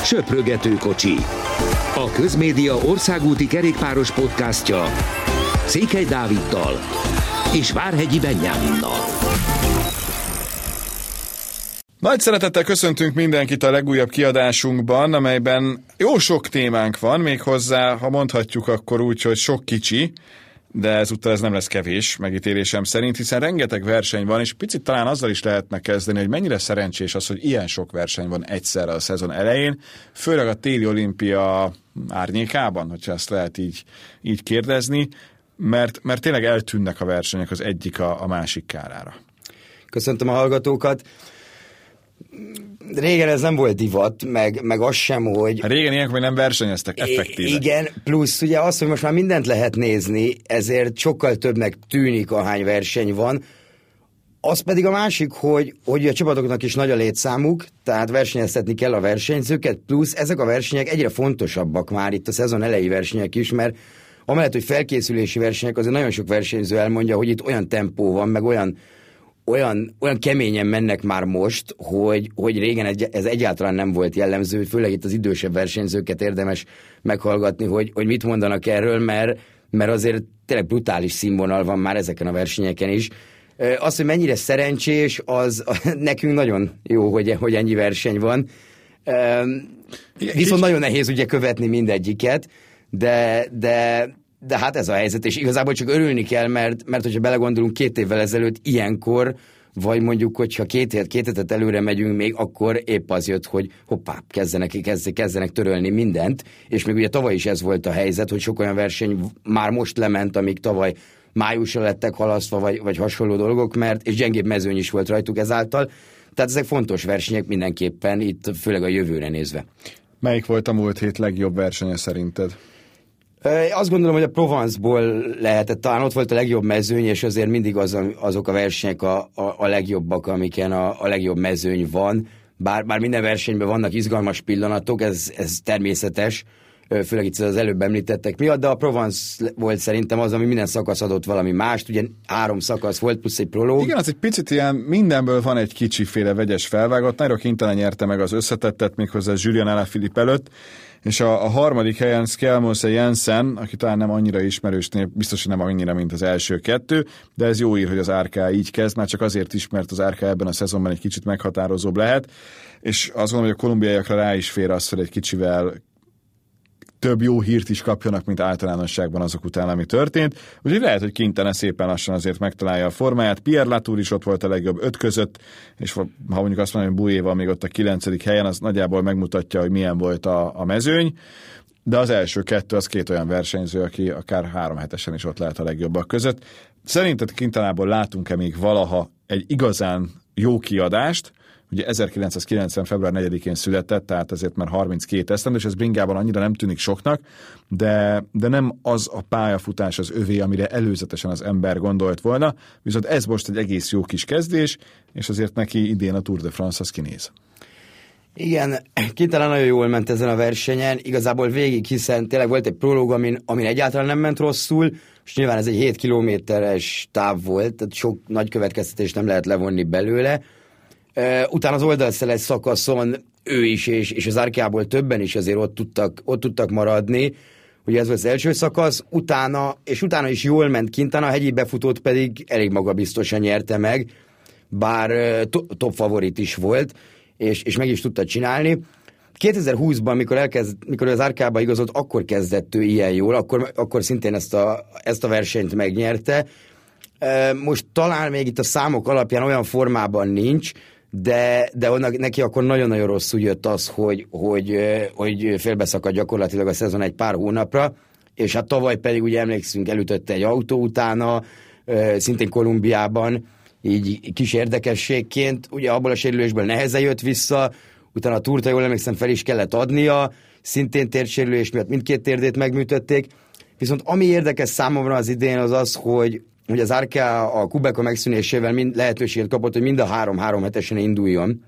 Söprögetőkocsi. A Közmédia országúti kerékpáros podcastja Székely Dáviddal és Várhegyi Benyáminnal. Nagy szeretettel köszöntünk mindenkit a legújabb kiadásunkban, amelyben jó sok témánk van, méghozzá, ha mondhatjuk, akkor úgy, hogy sok kicsi, de ezúttal ez nem lesz kevés megítélésem szerint, hiszen rengeteg verseny van, és picit talán azzal is lehetne kezdeni, hogy mennyire szerencsés az, hogy ilyen sok verseny van egyszerre a szezon elején, főleg a téli olimpia árnyékában, hogyha ezt lehet így kérdezni, mert tényleg eltűnnek a versenyek az egyik a másik kárára. Köszöntöm a hallgatókat! Régen ez nem volt divat, meg az sem, hogy... Régen ilyenkor még nem versenyeztek, effektíve. Igen, plusz ugye az, hogy most már mindent lehet nézni, ezért sokkal többnek tűnik, ahány verseny van. Az pedig a másik, hogy a csapatoknak is nagy a létszámuk, tehát versenyeztetni kell a versenyzőket, plusz ezek a versenyek egyre fontosabbak már itt a szezon elejé versenyek is, mert amellett, hogy felkészülési versenyek, azért nagyon sok versenyző elmondja, hogy itt olyan tempó van, meg olyan keményen mennek már most, hogy régen ez egyáltalán nem volt jellemző, főleg itt az idősebb versenyzőket érdemes meghallgatni, hogy mit mondanak erről, mert azért tényleg brutális színvonal van már ezeken a versenyeken is. Az, hogy mennyire szerencsés, az nekünk nagyon jó, hogy ennyi verseny van. Viszont nagyon nehéz ugye követni mindegyiket, de hát ez a helyzet, és igazából csak örülni kell, mert hogyha belegondolunk 2 évvel ezelőtt ilyenkor, vagy mondjuk, hogyha 2 hétet előre megyünk még, akkor épp az jött, hogy hoppá, kezdenek törölni mindent, és még ugye tavaly is ez volt a helyzet, hogy sok olyan verseny már most lement, amíg tavaly májusra lettek halasztva, vagy hasonló dolgok, és gyengébb mezőny is volt rajtuk ezáltal. Tehát ezek fontos versenyek mindenképpen, itt főleg a jövőre nézve. Melyik volt a múlt hét legjobb versenye szerinted? Azt gondolom, hogy a Provence-ból lehetett, talán ott volt a legjobb mezőny, és azért mindig azok a versenyek a legjobbak, amiken a legjobb mezőny van. Bár minden versenyben vannak izgalmas pillanatok, ez természetes, főleg itt az előbb említettek miatt, de a Provence volt szerintem az, ami minden szakasz adott valami mást, ugye 3 szakasz volt, plusz egy prológ. Igen, az egy picit ilyen, mindenből van egy kicsiféle vegyes felvágott. Nairo Quintana nyerte meg az összetettet, méghozzá Julian Alaphilippe előtt, és a harmadik helyen Skjelmose Jensen, aki talán nem annyira ismerős, biztos, hogy nem annyira, mint az első 2, de ez jó ír, hogy az RK így kezd, már csak azért is, mert az RK ebben a szezonban egy kicsit meghatározóbb lehet, és azt gondolom, hogy a kolumbiaiakra rá is fér az, hogy egy kicsivel több jó hírt is kapjanak, mint általánosságban azok után, ami történt. Úgyhogy lehet, hogy Quintana szépen lassan azért megtalálja a formáját. Pierre Latour is ott volt a legjobb 5 között, és ha mondjuk azt mondom, hogy Boué még ott a 9. helyen, az nagyjából megmutatja, hogy milyen volt a mezőny. De az első 2 az 2 olyan versenyző, aki akár 3 hetesen is ott lehet a legjobbak között. Szerinted Quintanából látunk-e még valaha egy igazán jó kiadást? Ugye 1990. február 4-én született, tehát ezért már 32 esztendő, és ez bringában annyira nem tűnik soknak, de nem az a pályafutás az övé, amire előzetesen az ember gondolt volna, viszont ez most egy egész jó kis kezdés, és azért neki idén a Tour de France az kinéz. Igen, Quintana nagyon jól ment ezen a versenyen, igazából végig, hiszen tényleg volt egy prológ, amin egyáltalán nem ment rosszul, és nyilván ez egy 7 kilométeres táv volt, tehát sok nagy következtetést nem lehet levonni belőle. Utána az oldalszeles szakaszon ő is, és az Arkeából többen is azért ott tudtak maradni. Ugye ez volt az első szakasz, utána is jól ment Quintana, a hegyi befutót pedig elég magabiztosan nyerte meg, bár top favorit is volt, és meg is tudta csinálni. 2020-ban, mikor az Arkeába igazolt, akkor kezdett ő ilyen jól, akkor szintén ezt a versenyt megnyerte. Most talán még itt a számok alapján olyan formában nincs, de neki akkor nagyon-nagyon rosszul jött az, hogy félbeszakadt gyakorlatilag a szezon egy pár hónapra, és hát tavaly pedig ugye emlékszünk, elütötte egy autó utána, szintén Kolumbiában, így kis érdekességként, ugye abból a sérülésből nehezen jött vissza, utána a túrta, jól emlékszem, fel is kellett adnia, szintén térsérülés miatt mindkét térdét megműtötték, viszont ami érdekes számomra az idén az, hogy az Arkea a Kubeka megszűnésével lehetőséget kapott, hogy mind a 3 hetesen induljon,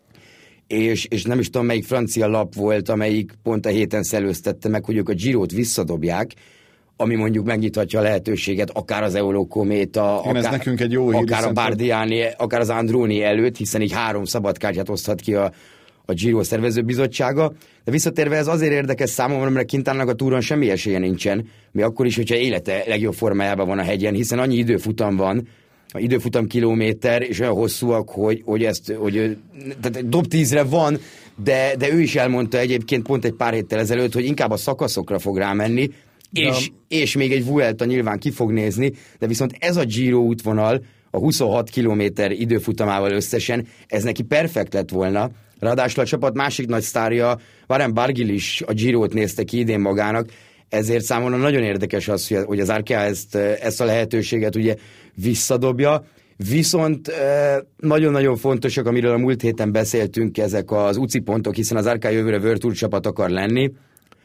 és nem is tudom, melyik francia lap volt, amelyik pont a héten szellőztette meg, hogy ők a Girót visszadobják, ami mondjuk megnyithatja a lehetőséget akár az Eurokométa, akár a Bardiani, akár az Androni előtt, hiszen így 3 szabadkártyát oszthat ki a Giro szervezőbizottsága, de visszatérve ez azért érdekes számomra, mert Quintánának a túron semmi esélye nincsen, mi akkor is, hogyha élete legjobb formájában van a hegyen, hiszen annyi időfutam van, a időfutam kilométer, és olyan hosszúak, hogy tehát dob 10-re van, de ő is elmondta egyébként pont egy pár héttel ezelőtt, hogy inkább a szakaszokra fog rámenni, és még egy Vuelta nyilván ki fog nézni, de viszont ez a Giro útvonal, a 26 kilométer időfutamával összesen, ez neki perfekt lett volna. Ráadásul a csapat másik nagy sztárja, Warren Barguil is a Girót nézte ki idén magának, ezért számomra nagyon érdekes az, hogy az Arkea ezt a lehetőséget ugye visszadobja. Viszont nagyon-nagyon fontosak, amiről a múlt héten beszéltünk, ezek az UCI pontok, hiszen az Arkea jövőre World Tour csapat akar lenni,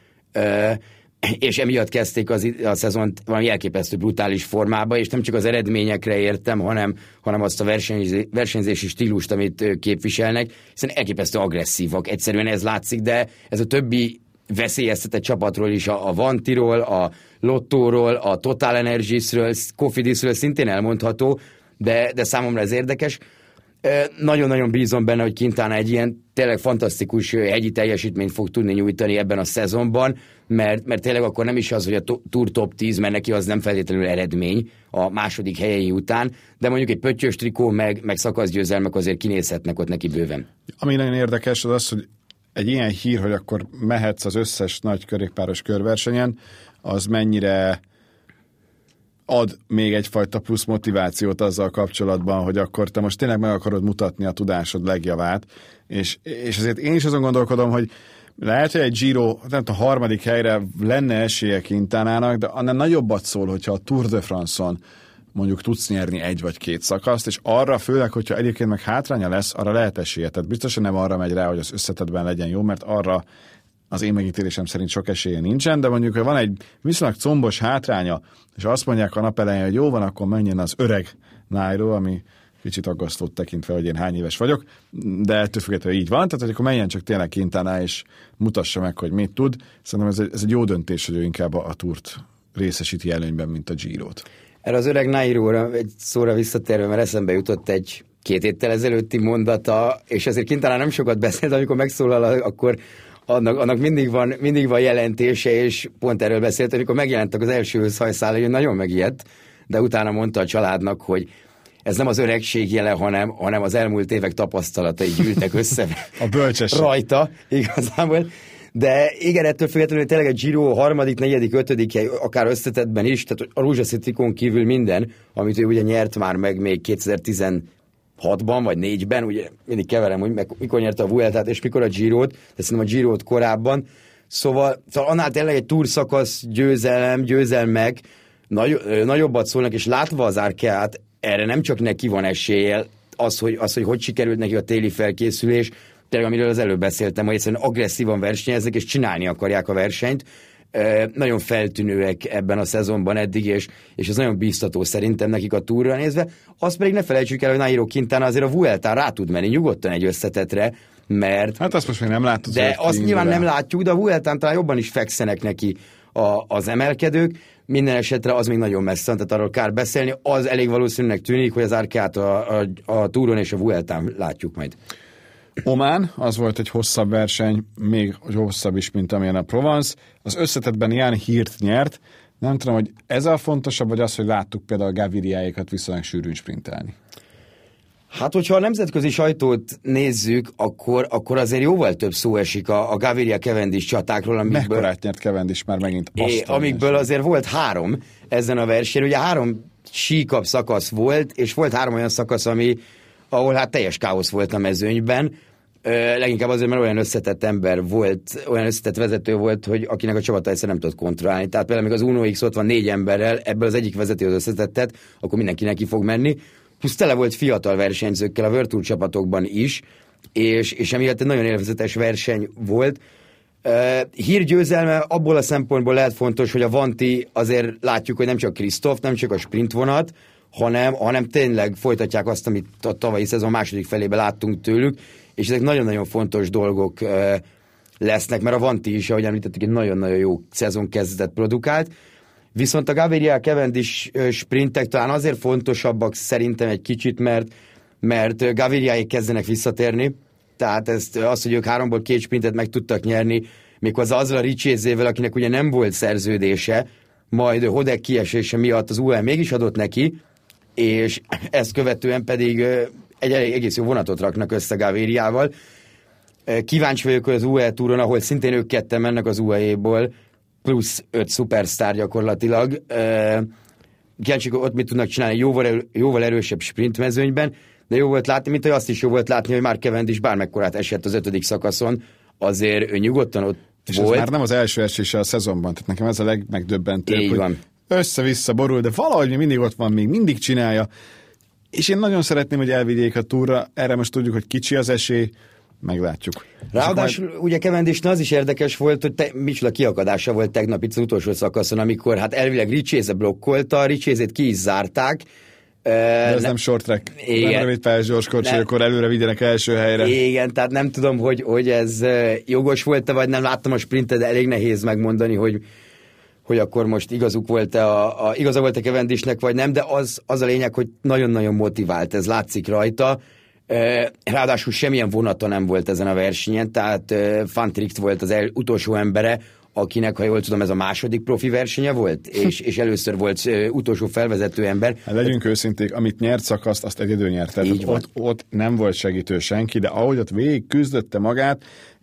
és emiatt kezdték a szezont valami elképesztő brutális formába, és nem csak az eredményekre értem, hanem azt a versenyzési stílust, amit képviselnek, hiszen elképesztő agresszívak. Egyszerűen ez látszik, de ez a többi veszélyeztetett csapatról is, a Vantiról, a Lottóról, a Total Energiesről, Cofidisről szintén elmondható, de számomra ez érdekes. Nagyon-nagyon bízom benne, hogy Quintana egy ilyen tényleg fantasztikus hegyi teljesítményt fog tudni nyújtani ebben a szezonban, mert tényleg akkor nem is az, hogy a Tour top 10, mert neki az nem feltétlenül eredmény a második helyei után, de mondjuk egy pöttyös trikó meg szakaszgyőzelmek azért kinézhetnek ott neki bőven. Ami nagyon érdekes az, hogy egy ilyen hír, hogy akkor mehetsz az összes nagy kerékpáros körversenyen, az mennyire ad még egyfajta plusz motivációt azzal kapcsolatban, hogy akkor te most tényleg meg akarod mutatni a tudásod legjavát, és azért én is azon gondolkodom, hogy lehet, hogy egy Giro, nem a harmadik helyre lenne esélye Quintánának, de annál nagyobbat szól, hogyha a Tour de France-on mondjuk tudsz nyerni egy vagy két szakaszt, és arra főleg, hogyha egyébként meg hátránya lesz, arra lehet esélye. Tehát biztosan nem arra megy rá, hogy az összetettben legyen jó, mert arra az én megítélésem szerint sok esélye nincsen, de mondjuk, ha van egy viszonylag combos hátránya, és azt mondják a nap elején, hogy jó van, akkor menjen az öreg Nairo, ami kicsit aggasztót tekintve, hogy én hány éves vagyok, de ettől függetlenül így van, tehát hogy akkor menjen csak tényleg Quintana, és mutassa meg, hogy mit tud. Szerintem ez egy jó döntés, hogy ő inkább a Tourt részesíti előnyben, mint a Girót. Erre az öreg Nairóra egy szóra visszatérve, mert eszembe jutott egy 2 héttel ezelőtti mondata, és ezért Quintana nem sokat beszélt, amikor megszólal, akkor annak mindig van jelentése, és pont erről beszélt, amikor megjelentek az első hajszálai, hogy nagyon megijedt, de utána mondta a családnak, hogy ez nem az öregség jele, hanem az elmúlt évek tapasztalatai gyűltek össze a bölcsesség rajta igazából. De igen, ettől függetlenül tényleg a Giro 3., 4., 5. hely, akár összetettben is, tehát a rózsaszín trikón kívül minden, amit ő ugye nyert már meg még 2016-ban vagy 4-ben, ugye mindig keverem, hogy mikor nyerte a Vueltát és mikor a Girót, de szerintem a Girót korábban. Szóval annál tényleg egy túrszakasz győzelmek nagyobbat szólnak, és látva az Arkeát, erre nem csak neki van esélye, az, hogy sikerült neki a téli felkészülés, tényleg amiről az előbb beszéltem, hogy egyszerűen agresszívan versenyeznek, és csinálni akarják a versenyt. Nagyon feltűnőek ebben a szezonban eddig, és ez nagyon bíztató szerintem nekik a túrra nézve. Azt pedig ne felejtsük el, hogy Nairo Quintana azért a Vueltán rá tud menni nyugodtan egy összetetre, mert... Hát azt most még nem látod. De azt nyilván nem látjuk, de a Vueltán talán jobban is fekszenek neki az emelkedők. Minden esetre az még nagyon messze, tehát arról kár beszélni. Az elég valószínűnek tűnik, hogy az Arkeát a túron és a Vueltán látjuk majd. Omán, az volt egy hosszabb verseny, még hosszabb is, mint amilyen a Provence. Az összetettben ilyen hírt nyert. Nem tudom, hogy ez a fontosabb, vagy az, hogy láttuk például a Gaviriáékat viszonylag sűrűn sprintelni. Hát, hogyha a nemzetközi sajtót nézzük, akkor azért jóval több szó esik a Gaviria Cavendish csatákról, Mekkorát nyert Cavendish már megint? Amikből azért volt 3 ezen a versenyen. Ugye 3 síkap szakasz volt, és volt 3 olyan szakasz, ahol hát teljes káosz volt a mezőnyben. Leginkább azért, mert olyan összetett ember volt, olyan összetett vezető volt, hogy akinek a csapata egyszer nem tudott kontrollálni. Tehát például még az Uno X ott van 4 emberrel, ebből az egyik vezeti az összetettet, akkor mindenki neki fog menni. Plusz tele volt fiatal versenyzőkkel a World Tour csapatokban is, és emiatt egy nagyon élvezetes verseny volt. Hírgyőzelme abból a szempontból lehet fontos, hogy a Vanti azért látjuk, hogy nem csak Krisztóf, nem csak a sprintvonat, hanem tényleg folytatják azt, amit a tavalyi szezon második felében láttunk tőlük, és ezek nagyon-nagyon fontos dolgok lesznek, mert a Vanti is, ahogy említettük, egy nagyon-nagyon jó szezonkezdetet produkált. Viszont a Gaviria Cavendish sprintek talán azért fontosabbak szerintem egy kicsit, mert Gaviriáig kezdenek visszatérni, tehát az, hogy ők 3-ból 2 sprintet meg tudtak nyerni, méghozzá azzal a Richézével, akinek ugye nem volt szerződése, majd Hodek kiesése miatt az UAE mégis adott neki, és ezt követően pedig egy egész jó vonatot raknak össze Gaviriával. Kíváncsi vagyok, hogy az UAE túron, ahol szintén ők ketten mennek az UAE-ból, plusz 5 szupersztár gyakorlatilag. Kíváncsi, ott mit tudnak csinálni jóval erősebb sprintmezőnyben, de jó volt látni, mint hogy azt is jó volt látni, hogy Mark Cavendish bármekkorát esett az 5. szakaszon, azért ő nyugodtan ott és volt. ez már nem az első esése a szezonban, tehát nekem ez a legmegdöbbentőbb, Így hogy van. össze-vissza borul, de valahogy mindig ott van, még mindig csinálja, és én nagyon szeretném, hogy elvigyék a túra, erre most tudjuk, hogy kicsi az esély, meglátjuk. Ráadásul ugye Cavendishnél az is érdekes volt, hogy micsoda kiakadása volt tegnap itt az utolsó szakaszon, amikor hát elvileg Richéze blokkolta, Richézét ki is zárták. De ez nem short track, nem rövid pályás gyorskorcsoly, akkor előre vigyenek első helyre. Igen, tehát nem tudom, hogy ez jogos volt-e, vagy nem, láttam a sprintet, de elég nehéz megmondani, hogy akkor most igaza volt-e Cavendishnek, vagy nem, de az a lényeg, hogy nagyon-nagyon motivált, ez látszik rajta. Ráadásul semmilyen vonata nem volt ezen a versenyen, tehát Van Tricht volt az utolsó embere, akinek, ha jól tudom, ez a második profi versenye volt, és először volt utolsó felvezető ember. Hát legyünk őszinték, amit nyert szakaszt, azt egyedül nyert. Ott nem volt segítő senki, de ahogy ott végig küzdötte magát,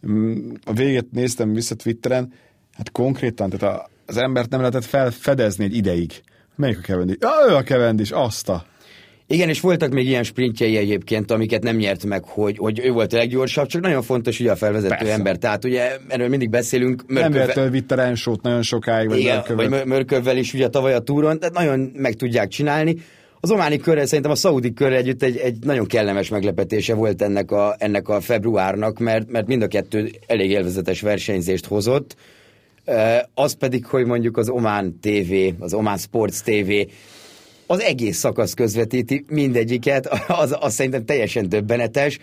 a végét néztem vissza Twitteren, hát konkrétan, tehát az embert nem lehetett felfedezni egy ideig. Melyik a Cavendish? Ő a Cavendish, azt a... Igen, és voltak még ilyen sprintjei egyébként, amiket nem nyert meg, hogy ő volt a leggyorsabb, csak nagyon fontos ugye a felvezető Persze. ember. Tehát ugye erről mindig beszélünk. Nem véletlenül vitte Rensót nagyon sokáig, vagy Mörkövet. Vagy Mörkövvel is ugye tavaly a túron, tehát nagyon meg tudják csinálni. Az ománi körrel, szerintem a szaudi körrel együtt egy nagyon kellemes meglepetése volt ennek a februárnak, mert mind a kettő elég élvezetes versenyzést hozott. Az pedig, hogy mondjuk az Oman TV, az Oman Sports TV az egész szakasz közvetíti mindegyiket, az szerintem teljesen döbbenetes.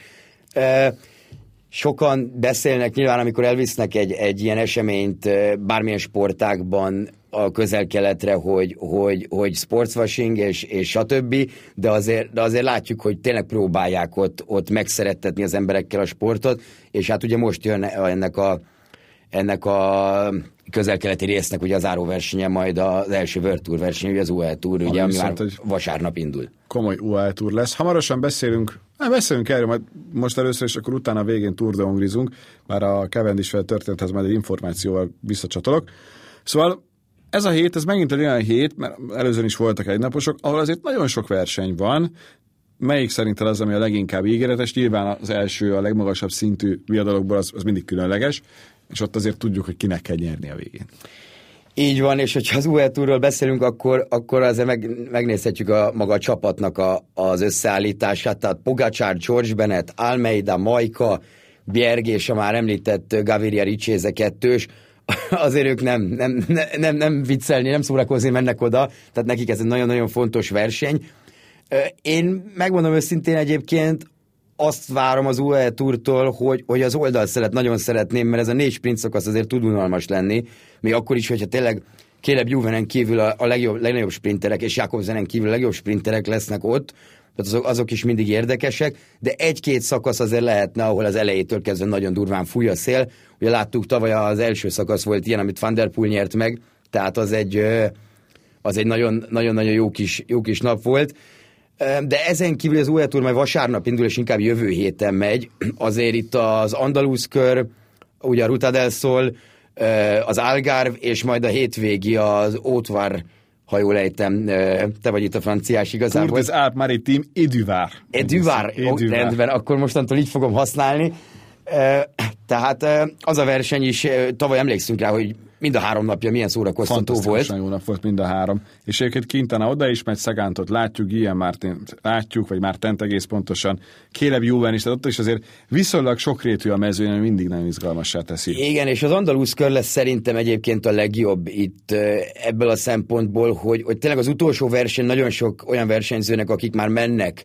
Sokan beszélnek nyilván, amikor elvisznek egy ilyen eseményt bármilyen sportágban a közel-keletre, hogy sportswashing és stb., de azért látjuk, hogy tényleg próbálják ott megszerettetni az emberekkel a sportot, és hát ugye most jön ennek a közel-keleti résznek ugye az záróversenye, majd az első World Tour verseny, ugye az UAE Tour, ugye, ami már vasárnap indul. Komoly UAE Tour lesz. Hamarosan beszélünk erről, majd most először, és akkor utána a végén Tour de Hongrizunk, bár a Cavendish-vel történethez majd egy információval visszacsatolok. Szóval ez a hét, ez megint egy olyan hét, mert előzőn is voltak egynaposok, ahol azért nagyon sok verseny van. Melyik szerinted az, ami a leginkább ígéretes? Nyilván az első, a legmagasabb szintű viadalokból az mindig különleges, és ott azért tudjuk, hogy kinek kell nyerni a végén. Így van, és hogyha az UAE Tourról beszélünk, akkor azért megnézhetjük maga a csapatnak az összeállítását, tehát Pogačar, George Bennett, Almeida, Majka, Bjerg és a már említett Gaviria Richéze kettős, azért ők nem viccelni, nem szórakozni mennek oda, tehát nekik ez egy nagyon-nagyon fontos verseny. Én megmondom őszintén egyébként, azt várom az UAE Tourtól, hogy az oldalszelet nagyon szeretném, mert ez a 4 sprint szakasz azért tud unalmas lenni, még akkor is, hogyha tényleg Caleb Juvenen kívül a legnagyobb sprinterek, és Jakobsenen kívül a legjobb sprinterek lesznek ott, tehát azok is mindig érdekesek, de 1-2 szakasz azért lehetne, ahol az elejétől kezdve nagyon durván fúj a szél. Ugye láttuk, tavaly az első szakasz volt ilyen, amit Van der Poel nyert meg, tehát az egy nagyon-nagyon jó kis nap volt. De ezen kívül az UAE Tour majd vasárnap indul, és inkább jövő héten megy. Azért itt az Andalúz kör, ugye a Ruta del Sol, az Algarve, és majd a hétvégi az Haute-Var, ha jól ejtem, te vagy itt a franciás igazából. Tour des Alpes Maritimes Eduard, rendben, akkor mostantól így fogom használni. Tehát az a verseny is, tavaly emlékszünk rá, hogy mind a 3 napja milyen szórakoztató volt. Fantasztikusan jó nap volt mind a 3. És egyébként Quintana oda is megy, Szegántot látjuk, Guillaume Martin látjuk, vagy Martent egész pontosan, Caleb Juven is, tehát ott is azért viszonylag sokrétű a mezőny, ami mindig nagyon izgalmassá teszi. Igen, és az Andalúz kör lesz szerintem egyébként a legjobb itt ebből a szempontból, hogy tényleg az utolsó verseny nagyon sok olyan versenyzőnek, akik már mennek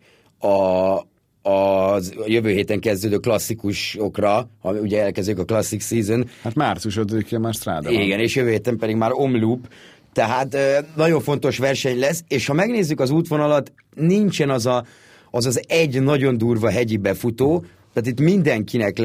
a jövő héten kezdődő klasszikusokra, ha ugye elkezdődik a Classic Season. Hát március 5-én már Strada van. Igen, és jövő héten pedig már Omloop. Tehát nagyon fontos verseny lesz, és ha megnézzük az útvonalat, nincsen az egy nagyon durva hegyi befutó, Tehát itt mindenkinek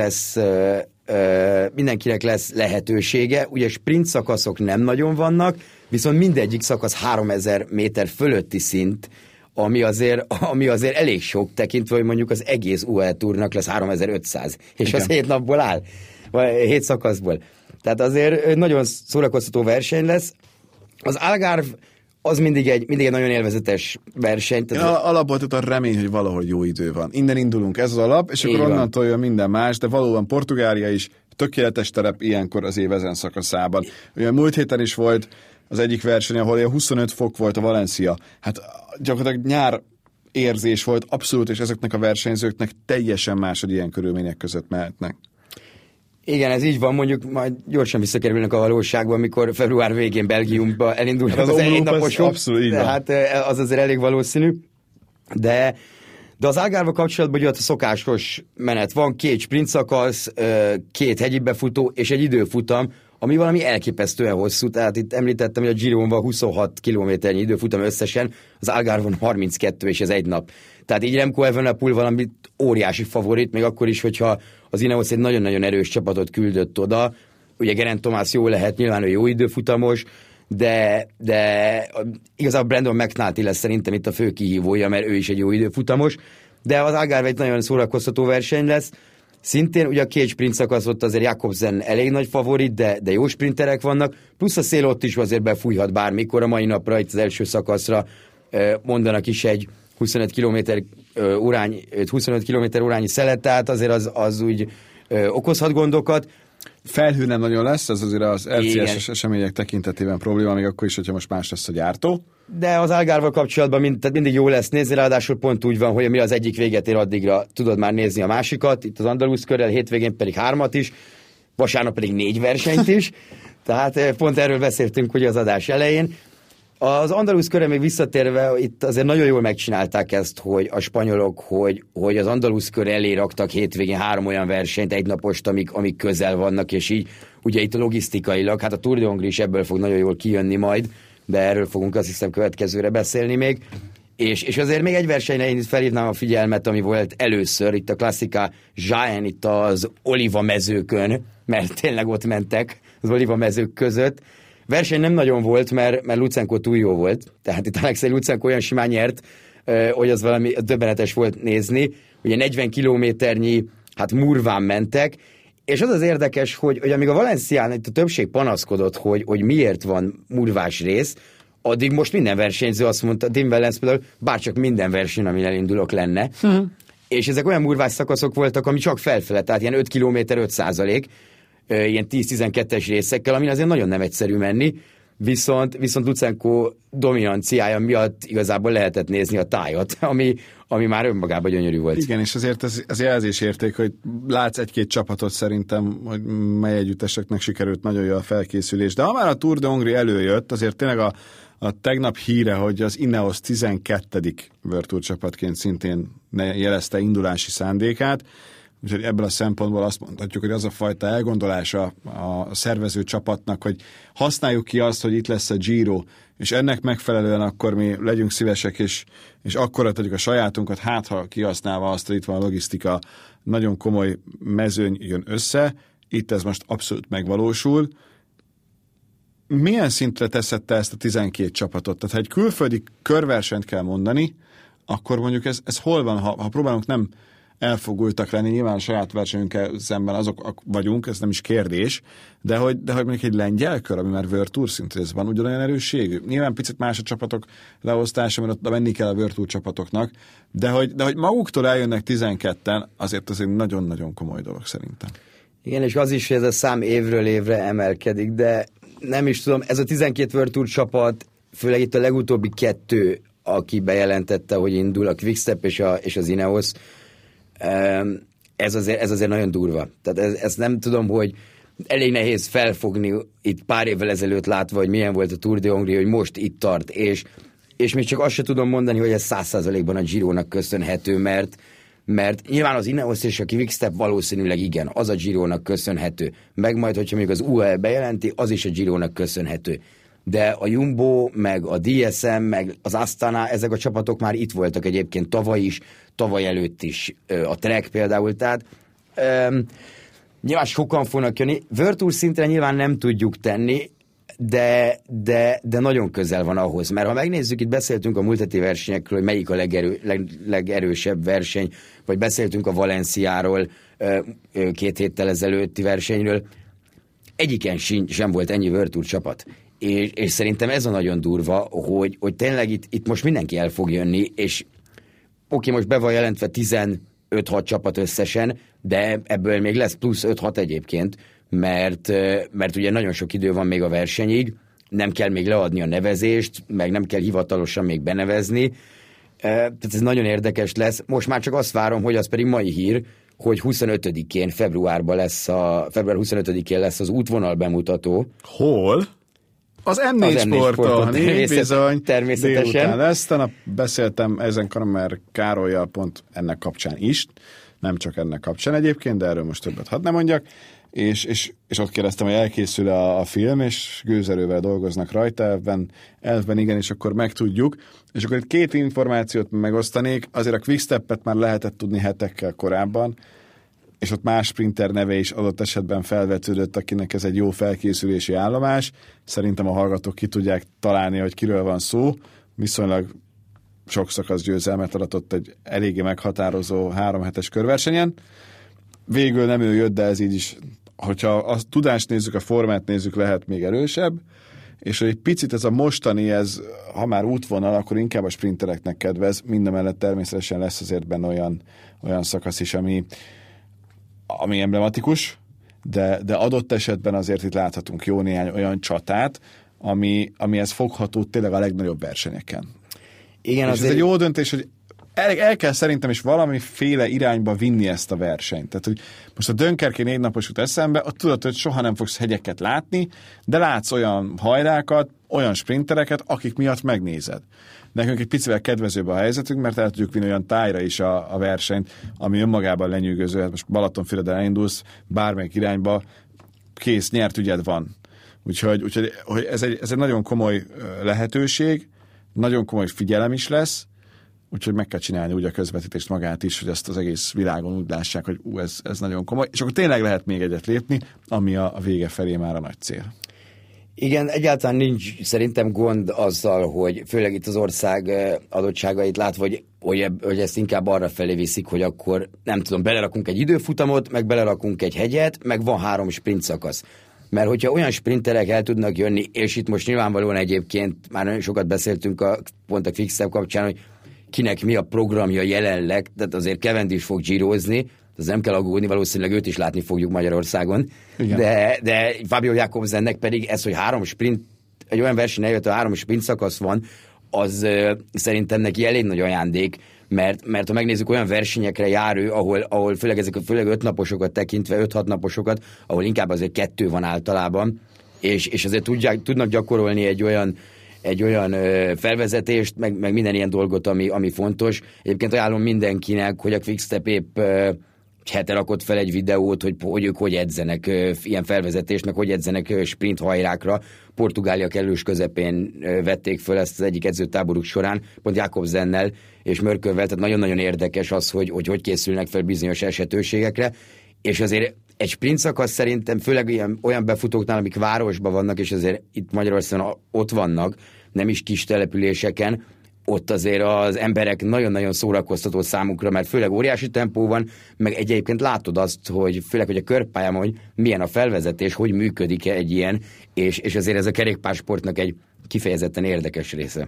lesz lehetősége, ugye sprint szakaszok nem nagyon vannak, viszont mindegyik szakasz 3000 méter fölötti szint, ami azért elég sok tekintve, hogy mondjuk az egész UAE Tournak lesz 3500, és igen. Az 7 napból áll, vagy 7 szakaszból. Tehát azért nagyon szórakoztató verseny lesz. Az Algarve az mindig egy nagyon élvezetes verseny. Alapból a remény, hogy valahogy jó idő van. Innen indulunk, ez az alap, és akkor onnantól jön minden más, de valóban Portugália is tökéletes terep ilyenkor az év ezen szakaszában. Ugye múlt héten is volt az egyik verseny, ahol 25 fok volt a Valencia. Hát gyakorlatilag nyár érzés volt abszolút, és ezeknek a versenyzőknek teljesen más, hogy ilyen körülmények között mehetnek. Igen, ez így van, mondjuk majd gyorsan visszakerülnek a valóságba, amikor február végén Belgiumba elindulnak hát az egynaposok. Abszolút így van. Hát az azért elég valószínű. De az Algarve kapcsolatban ugye a szokásos menet van, 2 sprint szakasz, 2 hegyi befutó és egy időfutam, ami valami elképesztően hosszú, tehát itt említettem, hogy a Giron van 26 kilométernyi időfutam összesen, az Algarve 32, és ez egy nap. Tehát így Remco Evenepoel valami óriási favorit, még akkor is, hogyha az Ineos egy nagyon-nagyon erős csapatot küldött oda. Ugye Geraint Thomas jó lehet, nyilván ő jó időfutamos, de igazából Brandon McNulty lesz szerintem itt a fő kihívója, mert ő is egy jó időfutamos, de az Algarve egy nagyon szórakoztató verseny lesz. Szintén ugye a 2 sprint szakasz ott azért Jakobsen elég nagy favorit, de jó sprinterek vannak, plusz a szél ott is azért befújhat bármikor, a mai napra itt az első szakaszra mondanak is egy 25 km órányi szelet, tehát azért az úgy okozhat gondokat. Felhő nem nagyon lesz, ez azért az RCS események tekintetében probléma, még akkor is, hogyha most más lesz a gyártó. De az Algarve kapcsolatban mindig jó lesz nézni, ráadásul pont úgy van, hogy mi az egyik véget ér, addigra tudod már nézni a másikat, itt az Andalusz körrel, hétvégén pedig 3 is, vasárnap pedig 4 versenyt is, tehát pont erről beszéltünk ugye az adás elején. Az Andalusz körre még visszatérve, itt azért nagyon jól megcsinálták ezt, hogy a spanyolok, hogy az Andalusz kör elé raktak hétvégén 3 olyan versenyt, egynapost, amik közel vannak, és így ugye itt logisztikailag, hát a Tour de Hongrie is ebből fog nagyon jól kijönni majd, de erről fogunk azt hiszem következőre beszélni még. És azért még egy versenyre én itt felhívnám a figyelmet, ami volt először, itt a Classica Jaén, itt az Oliva mezőkön, mert tényleg ott mentek az Oliva mezők között. Verseny nem nagyon volt, mert Lutsenko túl jó volt. Tehát itt Alexei Lutsenko olyan simán nyert, hogy az valami döbbenetes volt nézni. Ugye 40 kilométernyi, hát murván mentek, és az érdekes, hogy amíg a Valencián itt a többség panaszkodott, hogy miért van murvás rész, addig most minden versenyző azt mondta, Tim Wellens például, bárcsak minden verseny, amin elindulok lenne. És ezek olyan murvás szakaszok voltak, ami csak felfele, tehát ilyen 5 km 5%, ilyen 10-12-es részekkel, amin azért nagyon nem egyszerű menni, viszont Lutsenko dominanciája miatt igazából lehetett nézni a tájat, ami már önmagában gyönyörű volt. Igen, és azért ez jelzésérték, hogy látsz egy-két csapatot szerintem, hogy mely együtteseknek sikerült nagyon jó a felkészülés. De ha már a Tour de Hongrie előjött, azért tényleg a tegnap híre, hogy az Ineos 12. World Tour csapatként szintén jelezte indulási szándékát, úgyhogy ebből a szempontból azt mondhatjuk, hogy az a fajta elgondolása a szervező csapatnak, hogy használjuk ki azt, hogy itt lesz a Giro, és ennek megfelelően akkor mi legyünk szívesek, és akkor tegyük a sajátunkat, hát ha kihasználva azt, hogy itt van a logisztika, nagyon komoly mezőny jön össze, itt ez most abszolút megvalósul. Milyen szintre teszed te ezt a 12 csapatot? Tehát ha egy külföldi körversenyt kell mondani, akkor mondjuk ez hol van, ha próbálunk nem elfogultak lenni, nyilván a saját versenyünkkel szemben azok vagyunk, ez nem is kérdés, de hogy mondjuk egy lengyel kör, ami már World Tour szintén van ugyanolyan erősségű. Nyilván picit más a csapatok leosztása, mert ott menni kell a World Tour csapatoknak, de hogy maguktól eljönnek 12-en, azért az egy nagyon-nagyon komoly dolog szerintem. Igen, és az is, hogy ez a szám évről évre emelkedik, de nem is tudom, ez a 12 World Tour csapat, főleg itt a legutóbbi 2, aki bejelentette, hogy indul, a Quickstep és az Ineos, ez azért nagyon durva. Tehát ezt nem tudom, hogy elég nehéz felfogni itt pár évvel ezelőtt látva, hogy milyen volt a Tour de Hongrie, hogy most itt tart, és még csak azt se tudom mondani, hogy ez 100%-ban a Girónak köszönhető, mert nyilván az Ineos és a Quickstep valószínűleg igen, az a Girónak köszönhető. Meg majd, hogyha még az UAE bejelenti, az is a Girónak köszönhető. de a Jumbo, meg a DSM, meg az Astana, ezek a csapatok már itt voltak egyébként tavaly is, tavaly előtt is, a Trek például, tehát nyilván sokan fognak jönni. World Tour szintre nyilván nem tudjuk tenni, de nagyon közel van ahhoz, mert ha megnézzük, itt beszéltünk a múlt heti versenyekről, hogy melyik a legerősebb verseny, vagy beszéltünk a Valenciáról 2 héttel ezelőtti versenyről, egyiken sem volt ennyi World Tour csapat. És szerintem ez a nagyon durva, hogy tényleg itt most mindenki el fog jönni, és oké, most be van jelentve 15-6 csapat összesen, de ebből még lesz plusz 5-6 egyébként, mert ugye nagyon sok idő van még a versenyig, nem kell még leadni a nevezést, meg nem kell hivatalosan még benevezni, tehát ez nagyon érdekes lesz. Most már csak azt várom, hogy az pedig mai hír, hogy 25-én, február 25-én lesz az útvonal bemutató. Hol? Az M4 Sporton, bizony. Természetesen. Délután lesz, tanap beszéltem ezen Kramer Károllyal pont ennek kapcsán is, nem csak ennek kapcsán egyébként, de erről most többet hadd ne mondjak, és ott kérdeztem, hogy elkészül a film, és gőzerővel dolgoznak rajta, elvben igen, és akkor megtudjuk. És akkor itt 2 információt megosztanék, azért a Quickstep-et már lehetett tudni hetekkel korábban, és ott más sprinter neve is adott esetben felvetődött, akinek ez egy jó felkészülési állomás. Szerintem a hallgatók ki tudják találni, hogy kiről van szó. Viszonylag sok szakasz győzelmet aratott egy eléggé meghatározó 3 hetes körversenyen. Végül nem ő jött, de ez így is, hogyha a tudást nézzük, a formát nézzük, lehet még erősebb, és hogy egy picit ez a mostani, ha már útvonal, akkor inkább a sprintereknek kedvez, mindemellett természetesen lesz azért benne olyan szakasz is, ami emblematikus, de adott esetben azért itt láthatunk jó néhány olyan csatát, amihez fogható tényleg a legnagyobb versenyeken. Igen, és ez egy jó döntés, hogy el kell szerintem is valamiféle irányba vinni ezt a versenyt. Tehát, hogy most a Dunkerque 4 napos jut eszembe, ott tudod, hogy soha nem fogsz hegyeket látni, de látsz olyan hajrákat, olyan sprintereket, akik miatt megnézed. Nekünk egy picivel kedvezőbb a helyzetünk, mert el tudjuk vinni olyan tájra is a versenyt, ami önmagában lenyűgöző. Hát most Balatonfüreden elindulsz, bármelyik irányba, kész, nyert ügyed van. Úgyhogy ez egy nagyon komoly lehetőség, nagyon komoly figyelem is lesz, úgyhogy meg kell csinálni úgy a közvetítést magát is, hogy ezt az egész világon úgy lássák, hogy ez nagyon komoly. És akkor tényleg lehet még egyet lépni, ami a vége felé már a nagy cél. Igen, egyáltalán nincs szerintem gond azzal, hogy főleg itt az ország adottságait látva, hogy ezt inkább arra felé viszik, hogy akkor nem tudom, belerakunk egy időfutamot, meg belerakunk egy hegyet, meg van 3 sprint szakasz. Mert hogyha olyan sprinterek el tudnak jönni, és itt most nyilvánvalóan egyébként már nagyon sokat beszéltünk pont a Quickstep kapcsán, hogy kinek mi a programja jelenleg, tehát azért Cavendish fog gyírozni, az nem kell aggódni, valószínűleg őt is látni fogjuk Magyarországon, de Fabio Jakobsennek pedig ez, hogy 3 sprint, egy olyan verseny eljött, a 3 sprint szakasz van, az szerintem neki elég nagy ajándék, mert ha megnézzük, olyan versenyekre jár ő, ahol főleg 5 naposokat tekintve, 5-6 naposokat, ahol inkább azért 2 van általában, és azért tudnak gyakorolni egy olyan felvezetést, meg minden ilyen dolgot, ami fontos. Egyébként ajánlom mindenkinek, hogy a Quickstep épp hete rakott fel egy videót, hogy ők hogy edzenek ilyen felvezetést, meg hogy edzenek sprint hajrákra. Portugália kellős közepén vették föl ezt az egyik edzőtáboruk során, pont Jakobsennel és Mörkölvel, tehát nagyon-nagyon érdekes az, hogy készülnek fel bizonyos esetőségekre, és azért egy sprint szakasz szerintem, főleg olyan befutóknál, amik városban vannak, és azért itt Magyarországon ott vannak, nem is kis településeken, ott azért az emberek nagyon-nagyon szórakoztató számukra, mert főleg óriási tempó van, meg egyébként látod azt, hogy főleg, hogy a körpályán, hogy milyen a felvezetés, hogy működik egy ilyen, és azért ez a kerékpársportnak egy kifejezetten érdekes része.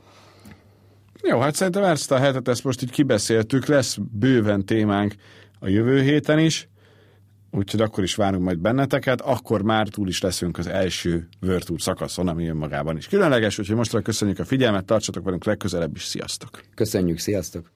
Jó, hát szerintem ezt a hetet ezt most így kibeszéltük, lesz bőven témánk a jövő héten is, úgyhogy akkor is várunk majd benneteket, akkor már túl is leszünk az első World Tour szakaszon, ami önmagában is különleges, úgyhogy mostra köszönjük a figyelmet, tartsatok velünk legközelebb is, sziasztok! Köszönjük, sziasztok!